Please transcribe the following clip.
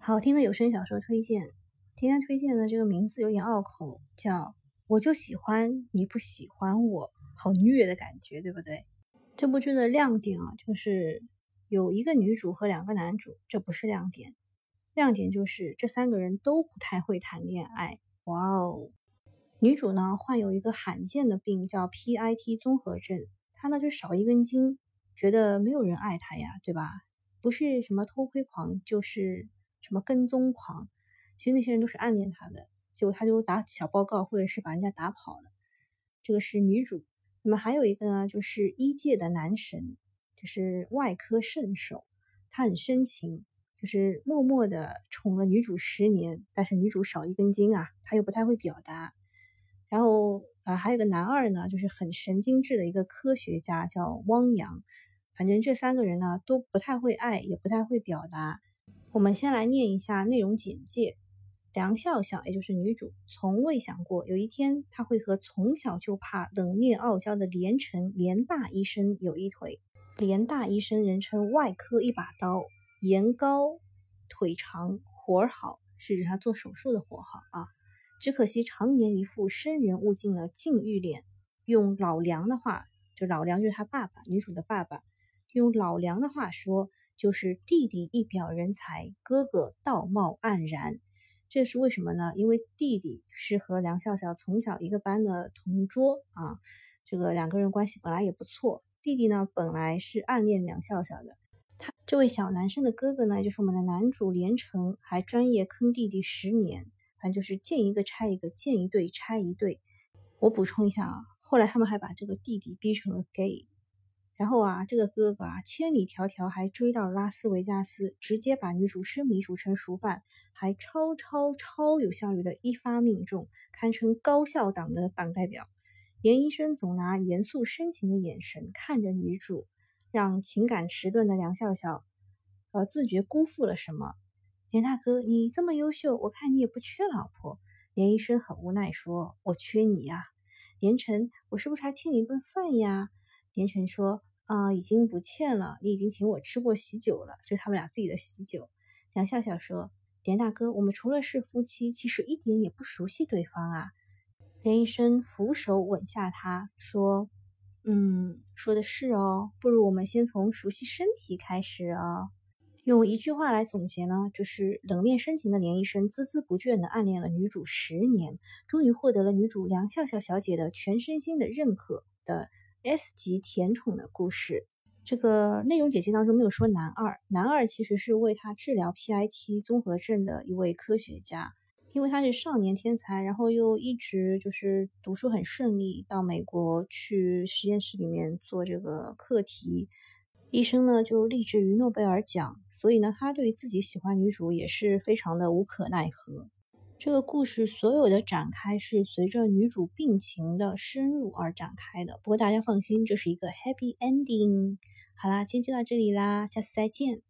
好听的有声小说推荐，今天推荐的这个名字有点拗口，叫我就喜欢你不喜欢我，好虐的感觉，对不对？这部剧的亮点就是有一个女主和两个男主，这不是亮点，亮点就是这三个人都不太会谈恋爱。哇哦！女主呢患有一个罕见的病叫 PIT 综合症，她呢就少一根筋，觉得没有人爱她呀，对吧？不是什么偷窥狂，就是什么跟踪狂。其实那些人都是暗恋她的，结果她就打小报告，或者是把人家打跑了。这个是女主。那么还有一个呢，就是医界的男神，就是外科圣手，他很深情，就是默默的宠了女主10年，但是女主少一根筋啊，他又不太会表达。然后还有个男二呢，就是很神经质的一个科学家，叫汪洋。反正这三个人呢都不太会爱，也不太会表达。我们先来念一下内容简介。梁笑笑，也就是女主，从未想过有一天她会和从小就怕冷面傲娇的连城连大医生有一腿。连大医生人称外科一把刀，颜高腿长活儿好，是指他做手术的活好啊。只可惜常年一副生人勿近的禁欲脸，用老梁的话，就老梁就是他爸爸，女主的爸爸，用老梁的话说，就是弟弟一表人才，哥哥道貌岸然。这是为什么呢？因为弟弟是和梁笑笑从小一个班的同桌啊，这个两个人关系本来也不错。弟弟呢，本来是暗恋梁笑笑的。这位小男生的哥哥呢，就是我们的男主连城，还专业坑弟弟10年，反正就是见一个拆一个，见一对拆一对。我补充一下后来他们还把这个弟弟逼成了 gay。然后这个哥哥千里迢迢还追到拉斯维加斯，直接把女主生米煮成熟饭，还超有效率的一发命中，堪称高效党的党代表。连医生总拿严肃深情的眼神看着女主，让情感迟钝的梁笑笑自觉辜负了什么。连大哥，你这么优秀，我看你也不缺老婆。连医生很无奈说，我缺你呀。连城，我是不是还欠你一顿饭呀？连城说，已经不欠了，你已经请我吃过喜酒了，就是他们俩自己的喜酒。梁笑笑说，连大哥，我们除了是夫妻，其实一点也不熟悉对方啊。连医生俯首吻下他，说，说的是哦，不如我们先从熟悉身体开始哦。用一句话来总结呢，就是冷面深情的连医生孜孜不倦地暗恋了女主10年，终于获得了女主梁笑笑小姐的全身心的认可的 S 级甜宠的故事。这个内容简介当中没有说男二，男二其实是为他治疗 PIT 综合症的一位科学家，因为他是少年天才，然后又一直就是读书很顺利，到美国去实验室里面做这个课题。医生呢就立志于诺贝尔奖，所以呢他对于自己喜欢女主也是非常的无可奈何。这个故事所有的展开是随着女主病情的深入而展开的，不过大家放心，这是一个 happy ending。好啦，今天就到这里啦，下次再见。